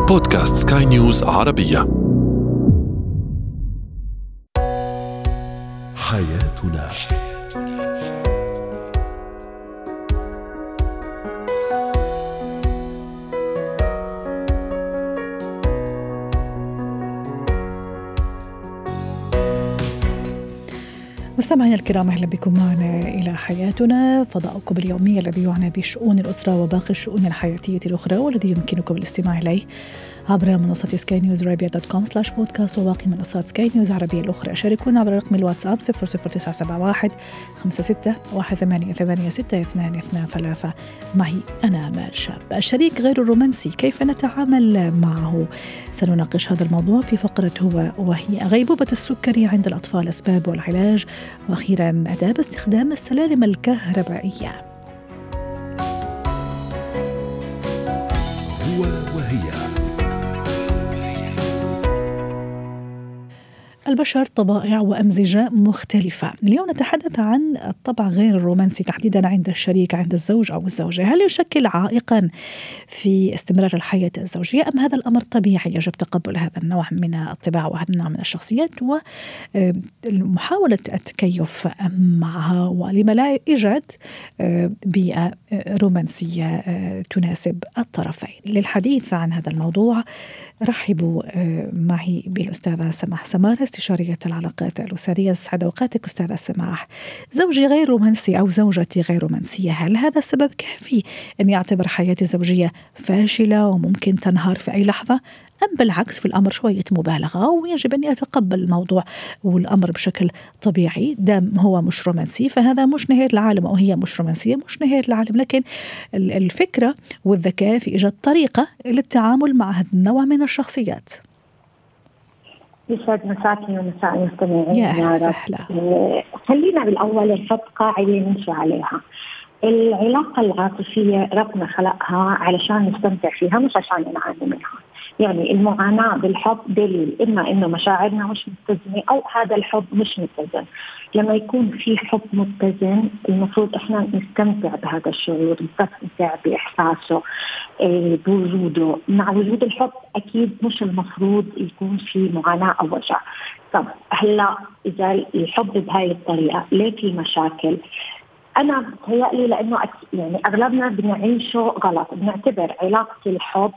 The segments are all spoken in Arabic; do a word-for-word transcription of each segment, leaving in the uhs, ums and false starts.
بودكاست سكاي نيوز عربية. حياتنا. مستمعينا الكرام، أهلا بكم معنا إلى حياتنا، فضاؤكم اليومي الذي يعنى بشؤون الأسرة وباقي الشؤون الحياتية الأخرى، والذي يمكنكم الاستماع إليه عبر منصة سكاي نيوز عربية دوت كوم سلاش بودكاست وباقي منصات سكاي نيوز عربية الأخرى. شاركونا عبر رقم الواتساب صفر صفر تسعة سبعة واحد خمسة ستة واحد ثمانية ثمانية ستة اثنان اثنان ثلاثة. معي أنا آمال شاب. الشريك غير الرومانسي، كيف نتعامل معه؟ سنناقش هذا الموضوع في فقرة هو وهي. غيبوبة السكري عند الأطفال، أسباب والعلاج، وأخيرا آداب استخدام السلالم الكهربائية. هو وهي. البشر طبائع وأمزجة مختلفة. اليوم نتحدث عن الطبع غير الرومانسي تحديدا عند الشريك، عند الزوج أو الزوجة. هل يشكل عائقا في استمرار الحياة الزوجية، أم هذا الأمر طبيعي يجب تقبل هذا النوع من الطباع وهذا النوع من الشخصيات ومحاولة التكيف معها، ولما لا إيجاد بيئة رومانسية تناسب الطرفين؟ للحديث عن هذا الموضوع رحبوا معي بالأستاذة سماح سمارة، استشارية العلاقات الأسرية. سعد أوقاتك أستاذة سماح. زوجي غير رومانسي أو زوجتي غير رومانسية، هل هذا السبب كافي أن يعتبر حياتي الزوجية فاشلة وممكن تنهار في أي لحظة، أم بالعكس في الأمر شوية مبالغة ويجب أن أتقبل الموضوع والأمر بشكل طبيعي؟ دام هو مش رومانسي فهذا مش نهاية العالم، أو هي مش رومانسية مش نهاية العالم، لكن الفكرة والذكاء في إيجاد طريقة للتعامل مع هذا النوع من الشخصيات. يسعد مساكي ومساء المستمعين. يا أهلا وسهلا. خلينا بالأول نحط قاعدة نمشي عليها. العلاقة العاطفية ربنا خلقها علشان نستمتع فيها، مش عشان نعاني منها. يعني المعاناة بالحب دليل إما إنه مشاعرنا مش متزنة أو هذا الحب مش متزن. لما يكون في حب متزن المفروض إحنا نستمتع بهذا الشعور، نستمتع بإحساسه، إيه بوجوده. مع وجود الحب أكيد مش المفروض يكون في معاناة أو وجع. طب هلا إذا الحب بهاي الطريقة ليه في مشاكل؟ أنا بتهيألي لأنه يعني أغلبنا بنعيشه غلط، بنعتبر علاقة الحب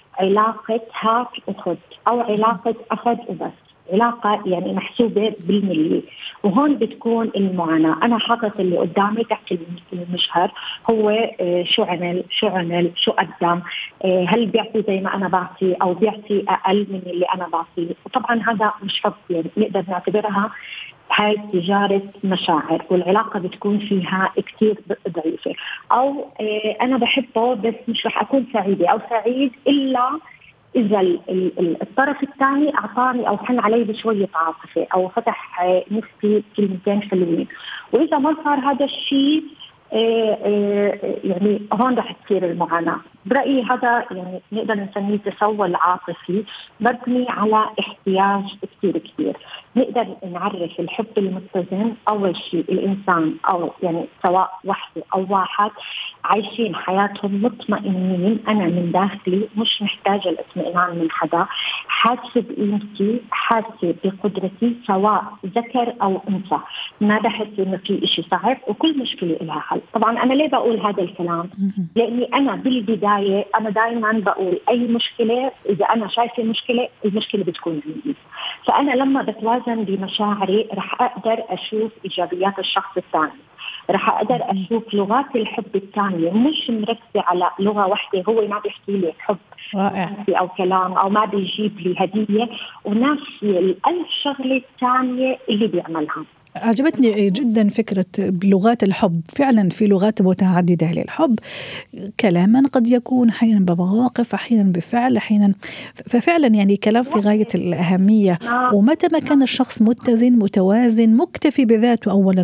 علاقة هات وخد أو علاقة أخذ وبس، علاقة يعني محسوبة بالملي، وهون بتكون المعاناة. أنا حاطط اللي قدامي تحت المشهر، هو شو عمل شو عمل شو قدم، هل بيعطي زي ما أنا بعطي أو بيعطي أقل من اللي أنا بعطيه. وطبعا هذا مش حب، يعني نقدر نعتبرها هاي تجارة مشاعر، والعلاقة بتكون فيها كتير ضعيفة. أو إيه أنا بحبه بس مش رح أكون سعيدة أو سعيد إلا إذا الطرف الثاني أعطاني أو حن علي بشوية عاطفة أو فتح نفسي كلمتين حلوين. وإذا ما صار هذا الشيء إيه إيه يعني هون رح تصير المعاناة. برأيي هذا يعني نقدر نسميه تسول عاطفي مبني على احتياج كتير كتير. نقدر نعرف الحب المتزن أول شيء الإنسان أو يعني سواء وحده أو واحد عايشين حياتهم مطمئنين، أنا من داخلي مش محتاجة الاطمئنان من حدا، حاسة بقيمتي، حاسة بقدرتي سواء ذكر أو أنثى، ما بحس إنه في إشي صعب وكل مشكلة لها حل. طبعا أنا ليه بقول هذا الكلام؟ لأني أنا بالبداية أنا دائما بقول أي مشكلة إذا أنا شايفة مشكلة المشكلة بتكون عندي، فأنا لما بتوازن بمشاعري رح أقدر أشوف إيجابيات الشخص الثاني، رح أقدر أشوف لغات الحب الثانية، مش مركزة على لغة واحدة. هو ما بيحكي لي حب رائع أو كلام أو ما بيجيب لي هدية، ونفس الألف شغلة الثانية اللي بيعملها. عجبتني جدا فكرة بلغات الحب. فعلا في لغات متعددة للحب، كلاما قد يكون أحيانا بمواقف، أحيانا بفعل، أحيانا ففعلا يعني كلام في غاية الأهمية. ومتى ما كان الشخص متزن متوازن مكتفي بذاته أولا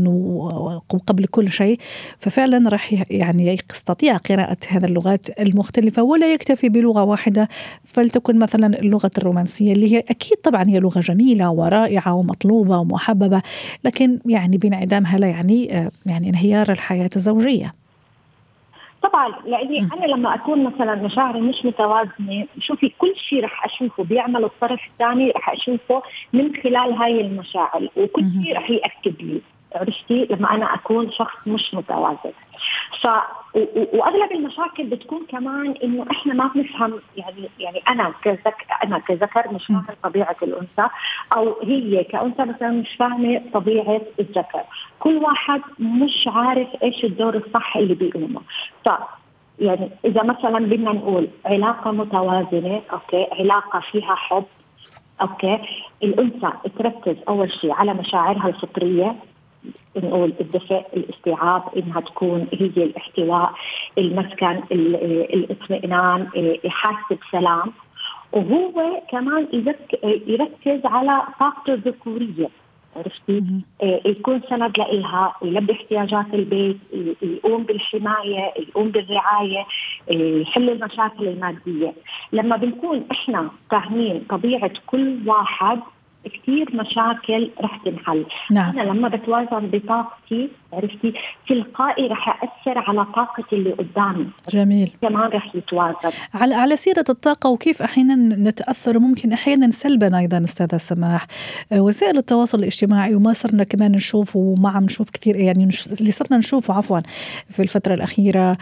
وقبل كل شيء، ففعلا راح يعني يستطيع قراءة هذه اللغات المختلفة ولا يكتفي بلغة واحدة. فلتكن مثلا اللغة الرومانسية اللي هي أكيد طبعا هي لغة جميلة ورائعة ومطلوبة ومحببة، لكن يعني بانعدامها لا يعني يعني انهيار الحياة الزوجية. طبعا لاني انا لما اكون مثلا مشاعري مش متوازنه، شوفي كل شيء رح اشوفه بيعمل الطرف الثاني رح اشوفه من خلال هاي المشاعر، وكل شيء رح ياكد لي، عرفتي؟ لما انا اكون شخص مش متوازن. ف واغلب المشاكل بتكون كمان انه احنا ما بنفهم، يعني يعني انا كذكر انا كذكر مش فاهم طبيعه الانثى، او هي كانثى مثلا مش فاهمه طبيعه الذكر. كل واحد مش عارف ايش الدور الصح اللي بيقومه. ف يعني اذا مثلا بدنا نقول علاقه متوازنه، اوكي، علاقه فيها حب، اوكي، الانثى تركز اول شيء على مشاعرها الفطريه، نقول الدفء، الاستيعاب، انها تكون هي الاحتواء، المسكن، الاطمئنان، يحس بسلام. وهو كمان يركز على طاقته الذكوريه، عرفتي؟ يكون سند لإلها، يلبي احتياجات البيت، يقوم بالحمايه، يقوم بالرعايه، يحل المشاكل الماديه. لما بنكون احنا فاهمين طبيعه كل واحد، كثير مشاكل رح تنحل. نعم. أنا لما بتوازن بطاقتي، عرفتي، تلقائي رح أثر على طاقة اللي قدامي. جميل. كمان رح يتوازن. على على سيرة الطاقة وكيف أحيانا نتأثر ممكن أحيانا سلبا أيضا أستاذة سماح، وسائل التواصل الاجتماعي وما صرنا كمان نشوف وما عم نشوف كثير، يعني اللي صرنا نشوفه عفوا في الفترة الأخيرة،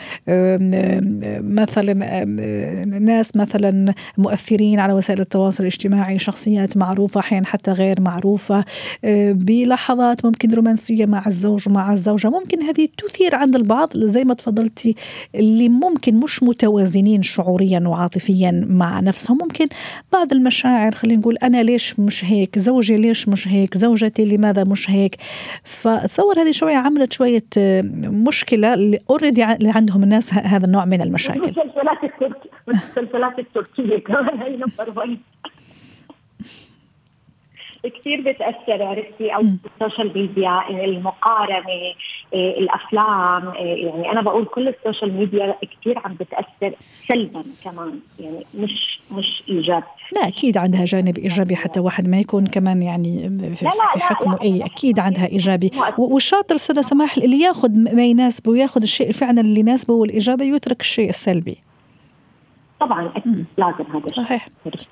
مثلا ناس مثلا مؤثرين على وسائل التواصل الاجتماعي، شخصيات معروفة أحيانا حتى غير معروفة، بلحظات ممكن رومانسية مع الزوج ومع الزوجة، ممكن هذه تثير عند البعض زي ما تفضلتي اللي ممكن مش متوازنين شعوريا وعاطفيا مع نفسهم، ممكن بعض المشاعر، خلينا نقول أنا ليش مش هيك، زوجي ليش مش هيك، زوجتي لماذا مش هيك. فتصور هذه شوية عملت شوية مشكلة اللي أوريدي اللي عندهم الناس هذا النوع من المشاكل. المسلسلات التركية المسلسلات التركية كمان هي نمبر واحد كثير بتأثر، عرفتي؟ أو السوشيال ميديا، المقارنة، الأفلام، يعني أنا بقول كل السوشيال ميديا كثير عم بتأثر سلبا كمان، يعني مش مش إيجاب. لا أكيد عندها جانب إيجابي، حتى واحد ما يكون كمان يعني في, لا لا في حكمه. أي أكيد عندها إيجابي، لا. والشاطر أستاذة سماح اللي ياخذ ما يناسبه وياخذ الشيء فعلا اللي يناسبه والإيجابي، ويترك الشيء السلبي. طبعا أكيد لازم هذا الشيء. صحيح.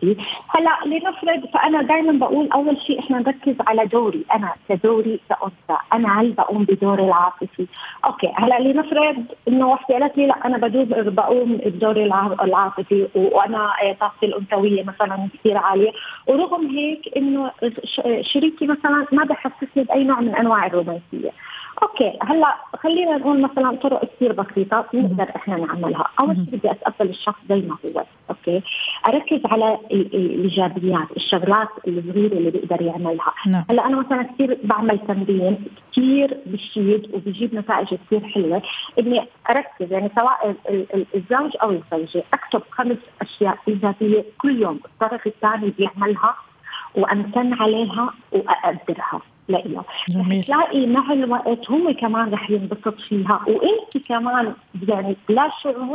هلا لنفرض، فأنا دائما بقول أول شيء إحنا نركز على دوري أنا كدوري كأنثى، أنا هل بقوم بدوري العاطفي؟ أوكي، هلا لنفرض إنه واحدة قالت لي لا أنا بدوب بقوم بدوري العاطفي وأنا طاقتي الأنثوية مثلا كثير عالية، ورغم هيك إنه شريكي مثلا ما بحسسني بأي نوع من أنواع الرومانسية. اوكي، هلا خلينا نقول مثلا طرق كثير بسيطه نقدر احنا نعملها. اول شيء بدي اتقبل الشخص زي ما هو، اوكي، اركز على الايجابيات، الشغلات الصغيره اللي بيقدر يعملها. نعم. هلا انا مثلا كثير بعمل تمرين كثير بشيد وبيجيب نتائج كثير حلوه، اني اركز يعني سواء الزوج او الزوجه اكتب خمس اشياء ايجابيه كل يوم الطرف الثاني بيعملها، وامتن عليها واقدرها لإله. تلاقي مع الوقت هو كمان رح ينبسط فيها، وانت كمان يعني بلا شعور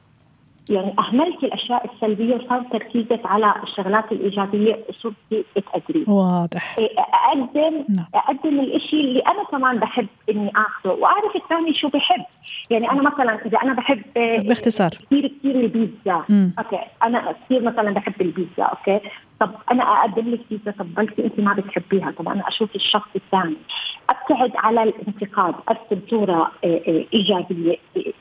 يعني أهملتي الأشياء السلبية وصار تركيزك على الشغلات الإيجابية وصرتي تقدري. واضح. أقدم نعم. أقدم الإشي اللي أنا كمان بحب إني أخذه، وأعرف الثاني شو بحب. يعني أنا مثلا إذا أنا بحب باختصار كثير كثير البيتزا، م. أوكي، أنا كثير مثلا بحب البيتزا، أوكي، طب أنا أقدم لك بيتزا، طب بلكي أنت ما بتحبيها، طب أنا أشوف الشخص الثاني، أبتعد على الانتقاد، أرسم صورة إيجابية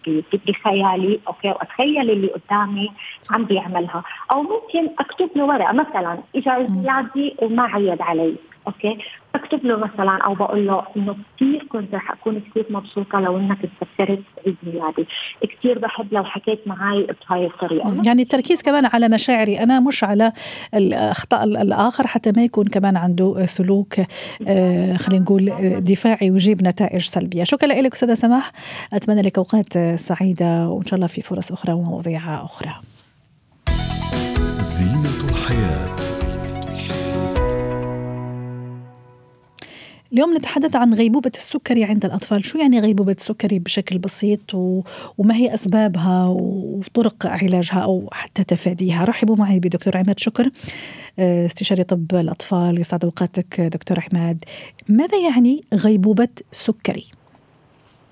بخيالي، أوكي، وأتخيل اللي قدامي عم بيعملها، أو ممكن أكتب له ورقة مثلا إجا زيادي وما عيد علي، أوكي، أكتب له مثلا أو بقول له إنه كثير كنت رح أكون كثير مبسوطة لو إنك تفكرت بعيد ميلادي، كثير بحب لو حكيت معي بهاي الطريقة. يعني التركيز كمان على مشاعري أنا مش على الأخطاء الآخر، حتى ما يكون كمان عنده سلوك آه خلينا نقول دفاعي ويجيب نتائج سلبية. شكرا لك أستاذة سماح، أتمنى لك أوقات سعيدة وإن شاء الله في فرص أخرى ومواضيع أخرى. زينة الحياة. اليوم نتحدث عن غيبوبة السكري عند الأطفال. شو يعني غيبوبة السكري بشكل بسيط، و... وما هي أسبابها وطرق علاجها أو حتى تفاديها؟ رحبوا معي بدكتور عماد شكر، استشاري طب الأطفال. يسعد أوقاتك دكتور عماد. ماذا يعني غيبوبة سكري؟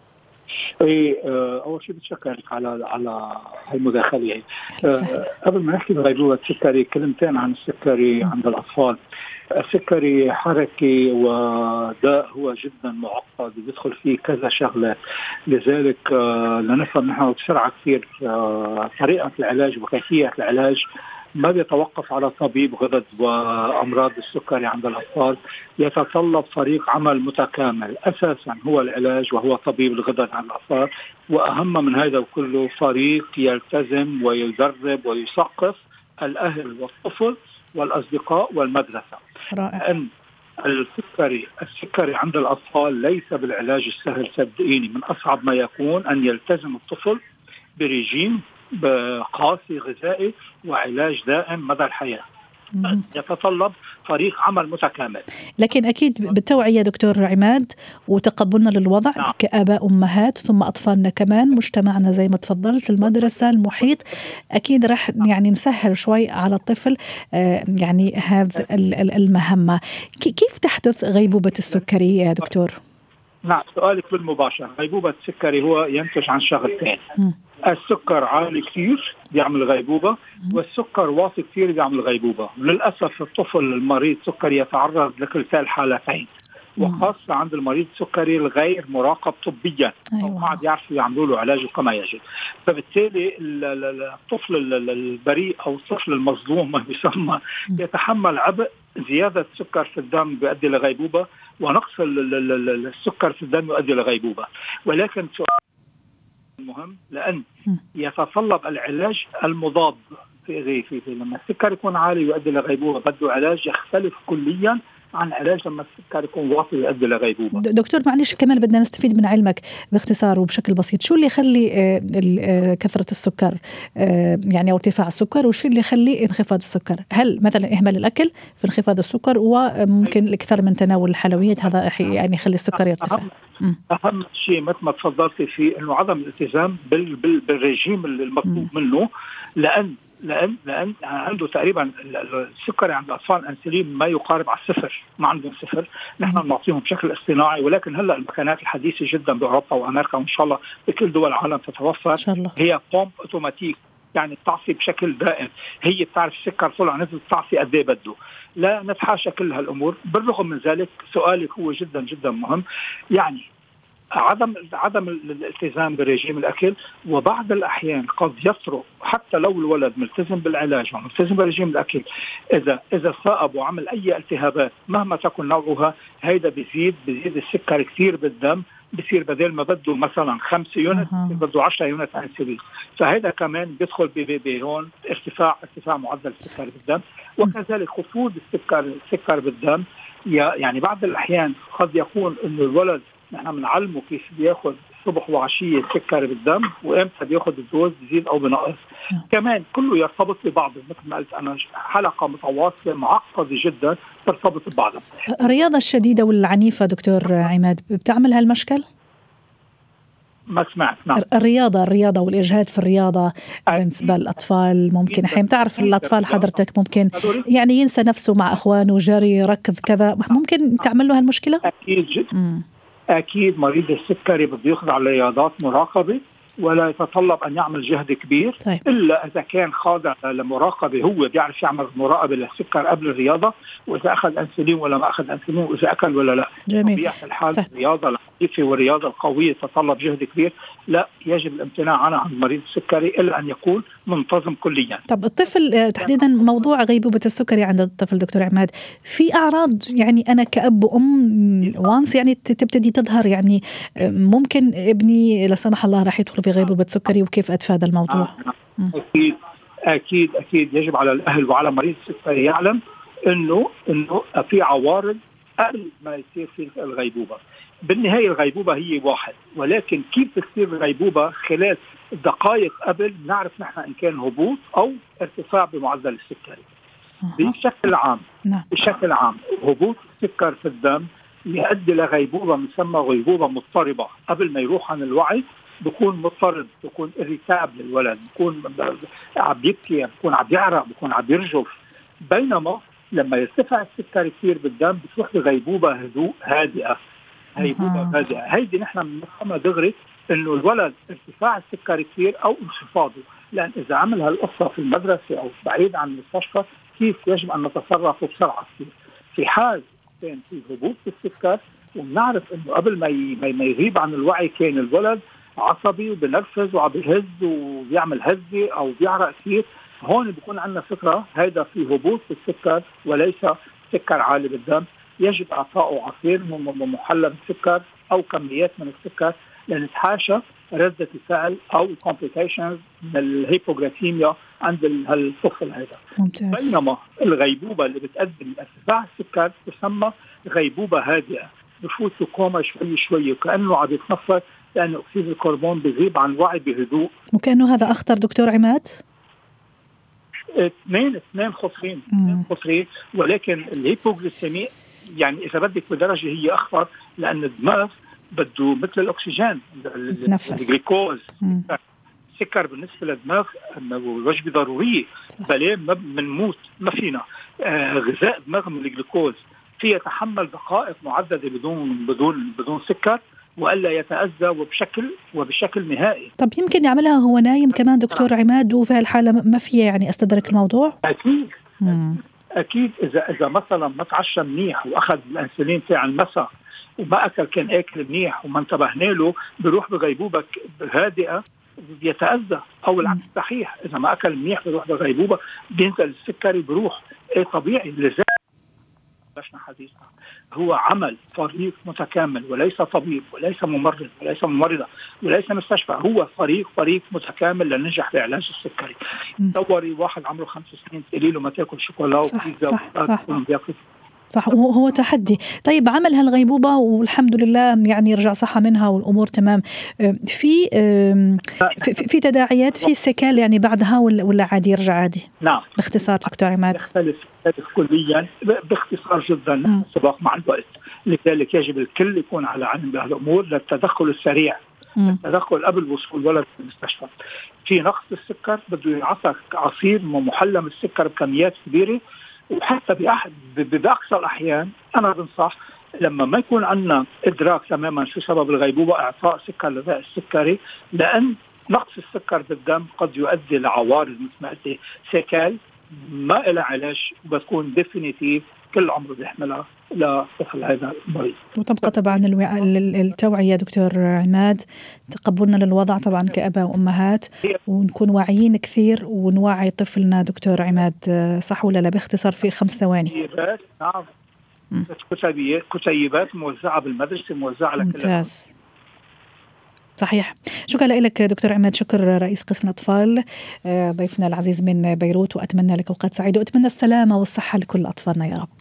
إيه آه، أول شيء بتشكرك على على هالمداخلة. آه، قبل ما نحكي بغيبوبة السكري كلمتين عن السكري عند الأطفال. السكري حركي وداء هو جدا معقد بيدخل فيه كذا شغلة، لذلك آه، لنفهم نحن بسرعة كثير آه، طريقة العلاج وكيفية العلاج ما بيتوقف على طبيب غدد وأمراض السكري عند الأطفال، يتطلب فريق عمل متكامل. أساسا هو العلاج وهو طبيب الغدد عند الأطفال، وأهم من هذا كله فريق يلتزم ويدرب ويثقف الأهل والطفل والأصدقاء والمدرسة. رائع. أن السكري السكري عند الأطفال ليس بالعلاج السهل، صدقيني من أصعب ما يكون أن يلتزم الطفل برجيم قاسي غذائي وعلاج دائم مدى الحياة. يتطلب فريق عمل متكامل. لكن أكيد بالتوعية دكتور عماد وتقبلنا للوضع. نعم. كآباء أمهات ثم أطفالنا كمان مجتمعنا زي ما تفضلت المدرسة المحيط أكيد رح يعني نسهل شوي على الطفل آه يعني هذا المهمة. كيف تحدث غيبوبة السكري يا دكتور؟ نعم سؤالك بالمباشر. غيبوبة السكري هو ينتج عن شغلتين. السكر عالي كثير بيعمل غيبوبة، والسكر واطي كثير بيعمل غيبوبة. للأسف الطفل المريض سكري يتعرض لكلتا الحالتين، وخاصة عند المريض السكري الغير مراقب طبيا. أيوة. ما عاد يعرفوا يعملوا له علاجه كما يجب. فبالتالي الطفل البريء أو الطفل المظلوم ما يسمى يتحمل عبء زيادة السكر في الدم بيؤدي لغيبوبة، ونقص السكر في الدم يؤدي لغيبوبة. ولكن مهم لأن يتطلب العلاج المضاد. في في لما السكر يكون عالي يؤدي لغيبوبة بده علاج يختلف كليا عن علاج لما السكر يكون واطي يؤدي لغيبوبة. دكتور معلش كمان بدنا نستفيد من علمك باختصار وبشكل بسيط. شو اللي يخلي كثرة السكر يعني او ارتفاع السكر، وشو اللي يخلي انخفاض السكر؟ هل مثلا إهمال الأكل في انخفاض السكر، وممكن الأكثر من تناول الحلويات هذا يعني يخلي السكر يرتفع؟ أهم, أهم شيء مثل ما تفضلتي فيه إنه عدم الالتزام بال بال بالرجيم المطلوب منه. لأن لأن لأن عنده تقريبا السكري عند الأطفال أنسولين ما يقارب على الصفر، ما عندهم صفر. نحن نعطيهم بشكل اصطناعي، ولكن هلا المكانات الحديثة جدا بأوروبا وأمريكا وإن شاء الله بكل دول العالم تتوفر هي بومب أوتوماتيك، يعني تعطي بشكل دائم. هي بتعرف السكر طلع نزل تعطي قد ايه بده. لا نتحاشى كل هالأمور. بالرغم من ذلك سؤالك هو جدا جدا مهم، يعني عدم عدم الالتزام برجيم الأكل. وبعض الأحيان قد يطرق حتى لو الولد ملتزم بالعلاج وملتزم برجيم الأكل، إذا إذا صاب وعمل أي التهابات مهما تكن نوعها، هيدا بيزيد بيزيد السكر كثير بالدم، بصير بدل ما بده مثلا خمسة يونت بده عشرة يونت أنسولين. فهذا كمان بيدخل بهون ارتفاع ارتفاع معدل السكر بالدم، وكذلك خفوض السكر السكر بالدم. يعني بعض الأحيان قد يكون إنه الولد نحن بنعلمه كيف بياخد صبح وعشية سكر بالدم، وإمتى بياخد الدوز بزيد أو بنقص. كمان كله يرتبط ببعضه، مثل ما قلت أنا حلقة متواصلة معقدة جدا ترتبط ببعضها. الرياضة الشديدة والعنيفة دكتور عماد بتعمل هالمشكل؟ ما سمعت. نعم. الرياضة الرياضة والإجهاد في الرياضة بالنسبة للأطفال ممكن حين تعرف الأطفال حضرتك ممكن يعني ينسى نفسه مع أخوانه جري ركض كذا، ممكن تعمل له هالمشكلة؟ أكيد جدا. أكيد مريض السكري بده يخضع على رياضات مراقبة ولا يتطلب أن يعمل جهد كبير. طيب. إلا إذا كان خاضع لمراقبة، هو بيعرف يعمل مراقبة للسكر قبل الرياضة، وإذا أخذ أنسولين ولا ما أخذ أنسولين، وإذا أكل ولا لا. جميل. طبيعة الحال. طيب. الرياضة الخفيفة والرياضة القوية تتطلب جهد كبير، لا يجب الامتناع عنها عند مريض السكري إلا أن يكون منتظم كليا. طب الطفل تحديدا موضوع غيبوبة السكري عند الطفل دكتور عماد، في أعراض يعني أنا كأب وأم وانس يعني تبتدي تظهر، يعني ممكن ابني لا سمح الله راح يدخل في غيبوبة سكري وكيف أتفادى الموضوع؟ آه. أكيد أكيد أكيد يجب على الأهل وعلى مريض السكري يعلم إنه إنه في عوارض قبل ما يصير في الغيبوبة. بالنهاية الغيبوبة هي واحد، ولكن كيف تصير الغيبوبة خلال دقائق قبل نعرف نحن إن كان هبوط أو ارتفاع بمعدل السكري. بشكل عام نعم. بشكل عام هبوط السكر في الدم يؤدي لغيبوبة مسمى غيبوبة مضطربة. قبل ما يروح عن الوعي بيكون مضطرب، بيكون إريتاب للولد، بيكون عم يبكي، بيكون عم يعرق، بيكون عم يرجف. بينما لما يرتفع السكر كثير بالدم بتروح لغيبوبة هدوء هادئة. غيبوبة هادئة هيدي نحن بنسميها دغري انه الولد ارتفاع السكر كثير او انخفاضه، لان اذا عمل هالقصه في المدرسه او بعيد عن المستشفى كيف يجب ان نتصرف بسرعه كثير. في حال كان في هبوط في السكر ونعرف انه قبل ما ما يغيب عن الوعي كان الولد عصبي وبنرفز وعم بيهز وبيعمل هزه او بيعرق كثير، هون بيكون عندنا فكره هيدا في هبوط في السكر وليس سكر عالي بالدم. يجب اعطائه عصير محلى بالسكر او كميات من السكر لنتحاشى ردة الفعل او كومبليكيشنز من الهيبوغليكيميا عند الطفل هذا. ممتاز. بينما الغيبوبه اللي بتؤدي لارتفاع السكر تسمى غيبوبه هادئه، بفوت كوما شوي شوي وكانه عم يتنفس لان اكسيد الكربون بيغيب عن الوعي بهدوء. وكانه هذا اخطر دكتور عماد؟ اثنين اثنين خطرين اثنين خطرين ولكن الهيبوغليسيميا يعني اذا بدك بدرجه هي اخطر، لان الدماغ بده مثل الاكسجين الجلوكوز. السكر بالنسبه للدماغ وجبه ضروريه، بلا ما بنموت ما فينا. آه غذاء الدماغ من الجلوكوز في يتحمل دقائق معدده بدون بدون بدون سكر والا يتاذى وبشكل وبشكل نهائي. طب يمكن يعملها هو نايم كمان دكتور عماد، وفي هالحاله ما في يعني استدرك الموضوع؟ اكيد مم. اكيد اذا اذا مثلا ما تعشى منيح واخذ الانسولين تاع المساء وما اكل كان اكل منيح وما انتبهنا له بيروح بغيبوبه هادئه بيتاذى، او العكس صحيح، اذا ما اكل منيح بيروح بغيبوبه بينزل السكري بيروح. ايه طبيعي. لذلك حديثنا هو عمل فريق متكامل وليس طبيب وليس ممرض وليس ممرضة وليس مستشفى، هو فريق فريق متكامل لننجح بعلاج السكري. تصوري واحد عمره خمس سنين تقولي له ما تاكل شوكولا وبيتزا وبياكل صح، وهو تحدي. طيب عمل هالغيبوبة والحمد لله يعني رجع صحة منها والأمور تمام، في في, في تداعيات في سكال يعني بعدها ولا عادي يرجع عادي؟ نعم باختصار دكتور عماد. يختلف كليا باختصار جدا سباق مع الوقت، لذلك يجب الكل يكون على علم بهالأمور للتدخل السريع، التدخل قبل وصول الولد في المستشفى. في نقص السكر بده ينعطى عصير محلى من السكر بكميات كبيرة، وحتى بأحد بأقصى الأحيان أنا بنصح لما ما يكون عندنا إدراك تماما شو سبب الغيبوبة إعطاء سكر للغاء السكري، لأن نقص السكر بالدم قد يؤدي لعوارض مثل ما قلت سكال ما إلى علاج وبتكون ديفينيتيف كل عمره بيحملها لطفل هذا المريض. وتبقى طبعا التوعية دكتور عماد، تقبلنا للوضع طبعا كأباء وأمهات، ونكون واعيين كثير ونوعي طفلنا دكتور عماد، صح ولا لا؟ باختصار في خمس ثواني. نعم. كتيبات كتيبات موزعة بالمدرسة موزعة لكل. ممتاز. صحيح. شكرا لك دكتور عماد، شكر رئيس قسم الأطفال ضيفنا العزيز من بيروت، وأتمنى لك أوقات سعيدة وأتمنى السلامة والصحة لكل أطفالنا يا رب.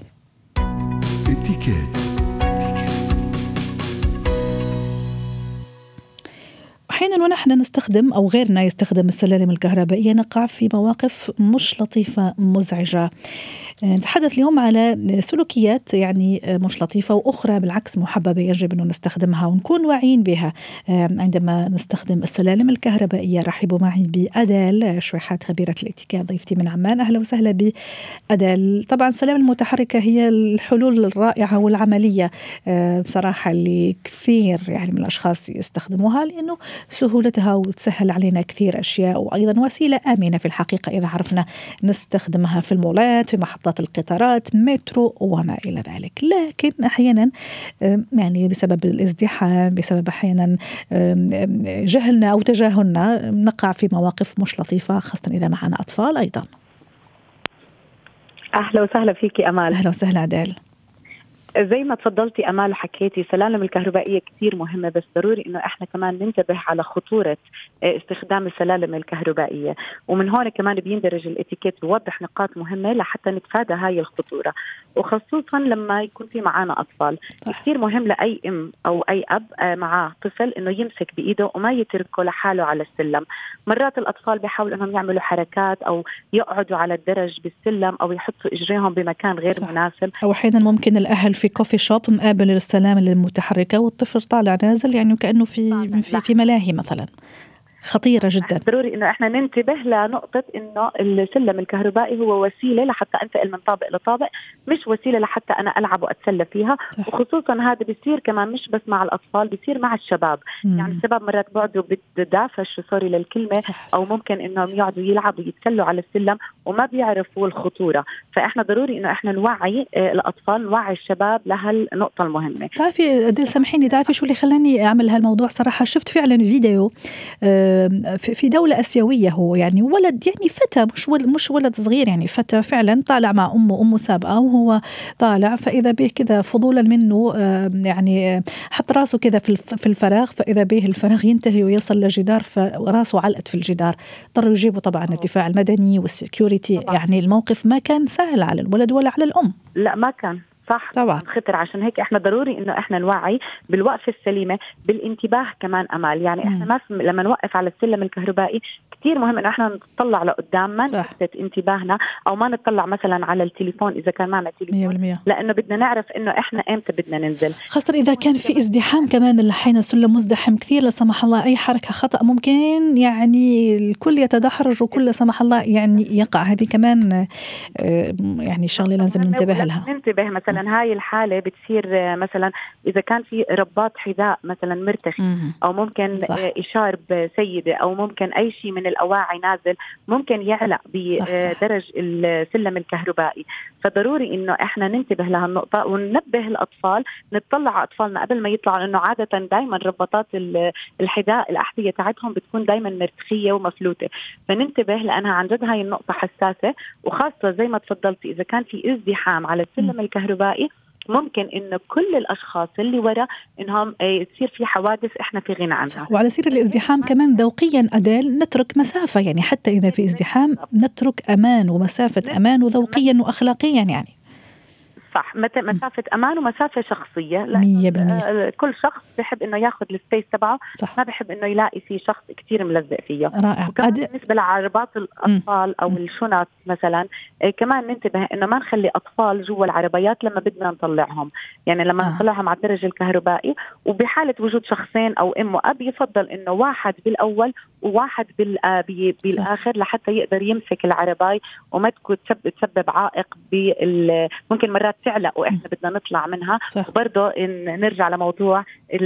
أحيانا ونحن نستخدم أو غيرنا يستخدم السلالم الكهربائية نقع في مواقف مش لطيفة مزعجة. نتحدث اليوم على سلوكيات يعني مش لطيفة وأخرى بالعكس محببة يجب أن نستخدمها ونكون واعيين بها عندما نستخدم السلالم الكهربائية. رحبوا معي بأدال شويحات خبيرة الاتيكيت ضيفتي من عمان. أهلا وسهلا بأدال. طبعا السلالم المتحركة هي الحلول الرائعة والعملية بصراحة اللي كثير يعني من الأشخاص يستخدموها لأنه سهولتها وتسهل علينا كثير أشياء، وأيضا وسيلة آمنة في الحقيقة إذا عرفنا نستخدمها في المولات في محطات القطارات مترو وما إلى ذلك. لكن أحيانا يعني بسبب الازدحام بسبب أحيانا جهلنا أو تجاهلنا نقع في مواقف مش لطيفة، خاصة إذا معنا أطفال أيضا. أهلا وسهلا فيكي أمال. أهلا وسهلا عدال. زي ما تفضلتي أمال وحكيتي السلالم الكهربائية كتير مهمة، بس ضروري إنه إحنا كمان ننتبه على خطورة استخدام السلالم الكهربائية، ومن هون كمان بيندرج الاتيكيت بيوضح نقاط مهمة لحتى نتفادى هاي الخطورة، وخصوصا لما يكون في معانا أطفال. كتير مهم لأي أم أو أي أب معاه طفل إنه يمسك بإيده وما يتركه لحاله على السلم. مرات الأطفال بيحاولوا إنهم يعملوا حركات أو يقعدوا على الدرج بالسلم أو يحطوا إجريهم بمكان غير صح. مناسب، أو أحيانا ممكن الأهل في كوفي شوب مقابل السلام المتحركة والطفل طالع نازل يعني وكأنه في في, في ملاهي مثلا. خطيرة جدا. ضروري إنه إحنا ننتبه لنقطة إنه السلم الكهربائي هو وسيلة لحتى أنتقل من طابق لطابق، مش وسيلة لحتى أنا ألعب وأتسلى فيها. صح. وخصوصا هذا بيصير كمان مش بس مع الأطفال، بيصير مع الشباب. مم. يعني الشباب مرات بيقعدوا بالدافش سوري للكلمة. صح. أو ممكن إنهم يقعدوا يلعبوا يتسلوا على السلم وما بيعرفوا الخطورة. فإحنا ضروري إنه إحنا نوعي الأطفال، نوعي الشباب لهالنقطة المهمة. تعرفي أديل سامحيني، تعرفي شو اللي خلاني أعمل هالموضوع صراحة؟ شفت فعلا فيديو في دولة آسيوية، هو يعني ولد يعني فتى مش ولد مش ولد صغير، يعني فتى فعلا طالع مع أمه أمه سابقة وهو طالع، فإذا به كذا فضولا منه يعني حط راسه كذا في الفراغ، فإذا به الفراغ ينتهي ويصل لجدار، فراسه علقت في الجدار. اضطروا يجيبوا طبعا الدفاع المدني والسيكوريتي. يعني الموقف ما كان سهل على الولد ولا على الأم. لا ما كان صح طبعا خطر. عشان هيك احنا ضروري انه احنا نوعي بالوقفه السليمه، بالانتباه كمان امال. يعني احنا ما لما نوقف على السلم الكهربائي كتير مهم انه احنا نطلع لقدام، ما نشتت انتباهنا او ما نطلع مثلا على التليفون اذا كان معنا تليفون، مية بالمية. لانه بدنا نعرف انه احنا امتى بدنا ننزل، خاصه اذا كان في ازدحام كمان. الحين السلم مزدحم كثير، لا سمح الله اي حركه خطا ممكن يعني الكل يتدحرج وكل لا سمح الله يعني يقع. هذه كمان يعني شغله لازم ننتبه لها. ننتبه مثلا هاي الحالة بتصير مثلا إذا كان في رباط حذاء مثلا مرتخي، أو ممكن صح. إشارة بسيدة، أو ممكن أي شيء من الأواعي نازل ممكن يعلق بدرج السلم الكهربائي. فضروري إنه إحنا ننتبه لها النقطة وننبه الأطفال، نطلع على أطفالنا قبل ما يطلعوا، لأنه عادة دايما رباطات الحذاء الأحذية تاعتهم بتكون دايما مرتخية ومفلوتة، فننتبه لأنها عن جد هاي النقطة حساسة. وخاصة زي ما تفضلتي إذا كان في ازدحام على السلم الكهربائي ممكن إنه كل الأشخاص اللي وراء إنهم تصير في حوادث إحنا في غنى عنها. وعلى سير الازدحام كمان ذوقيا أديل نترك مسافة، يعني حتى إذا في ازدحام نترك أمان ومسافة أمان وذوقيا وأخلاقيا يعني صح، مسافة أمان ومسافة شخصية. مية بالمية. كل شخص بيحب إنه ياخد السبيس تبعه، ما بيحب إنه يلاقي فيه شخص كتير ملزق فيه. رائع. أد... بالنسبة لعربات الأطفال م. أو م. الشنط مثلا إيه كمان ننتبه إنه ما نخلي أطفال جوا العربيات لما بدنا نطلعهم. يعني لما آه. نطلعهم على الدرج الكهربائي، وبحالة وجود شخصين أو أم وأب يفضل إنه واحد بالأول وواحد بال... بي... بالآخر لحتى يقدر يمسك العرباي وما تكون تسبب عائق بال... ممكن مرات تعلق وإحنا بدنا نطلع منها. وبرضه إن نرجع لموضوع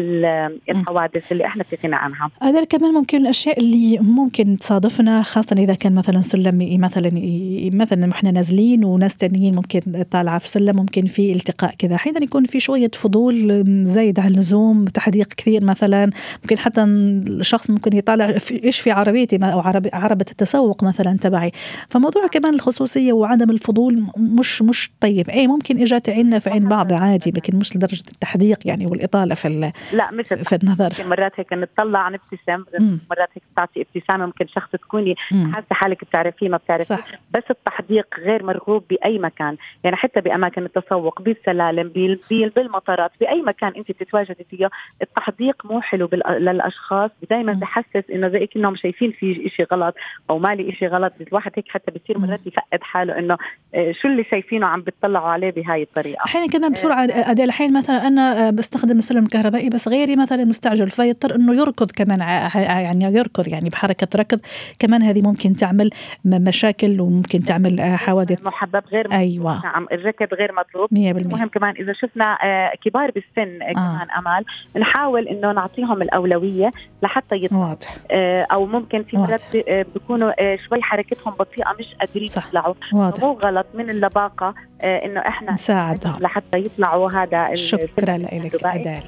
الحوادث اللي إحنا في غنى عنها. هذا كمان ممكن الأشياء اللي ممكن تصادفنا، خاصة إذا كان مثلا سلم مثلا مثلا إحنا نازلين وناس تانيين ممكن طالعة في سلم، ممكن في التقاء كذا، أحيانا يكون في شوية فضول زايد على اللزوم، تحديق كثير مثلا. ممكن حتى الشخص ممكن يطالع في إيش في عربيتي أو عربي عربة التسوق مثلا تبعي. فموضوع كمان الخصوصية وعدم الفضول مش مش طيب. أي ممكن إجا عيننا في عين بعض عادي، لكن مش لدرجة التحديق يعني والإطالة في لا مش في النظر. مرات هيك نطلع نبتسم، مرات هيك تعطي ابتسامة، ممكن شخص تكوني حاسة حالك بتعرفيه ما بتعرفيه، بس التحديق غير مرغوب بأي مكان. يعني حتى بأماكن التسوق، بالسلالم، بالمطارات، بأي مكان أنت بتتواجدي فيه، التحديق مو حلو للأشخاص. دايما بحسس إنه زي كأنهم شايفين في إشي غلط أو مالي إشي غلط. الواحد هيك حتى بيصير مرات يفقد حاله إنه شو اللي شايفينه عم بتطلعوا عليه بهاي الطريقة. أحيانا كمان بسرعة أدي الحين مثلا أنا بستخدم السلم الكهربائي بس غيري مثلا مستعجل، فيضطر إنه يركض كمان، يعني يركض يعني بحركة ركض كمان. هذه ممكن تعمل مشاكل وممكن تعمل حوادث. محبب غير مطلوب. أيوة. نعم الركض غير مطلوب. مهم كمان إذا شفنا كبار بالسن آه. كمان أمال نحاول إنه نعطيهم الأولوية لحتى يطلعوا. أو ممكن في مرات بيكونوا شوي حركتهم بطيئة مش قادرين يطلعوا. مو غلط من اللباقة إنه إحنا نساعدهم لحتى يطلعوا. هذا شكرا لك أديل.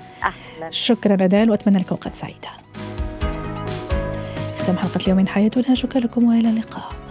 شكرا أديل، وأتمنى لكم وقت سعيدة. ختام حلقة اليوم من حياتنا، شكرا لكم وإلى اللقاء.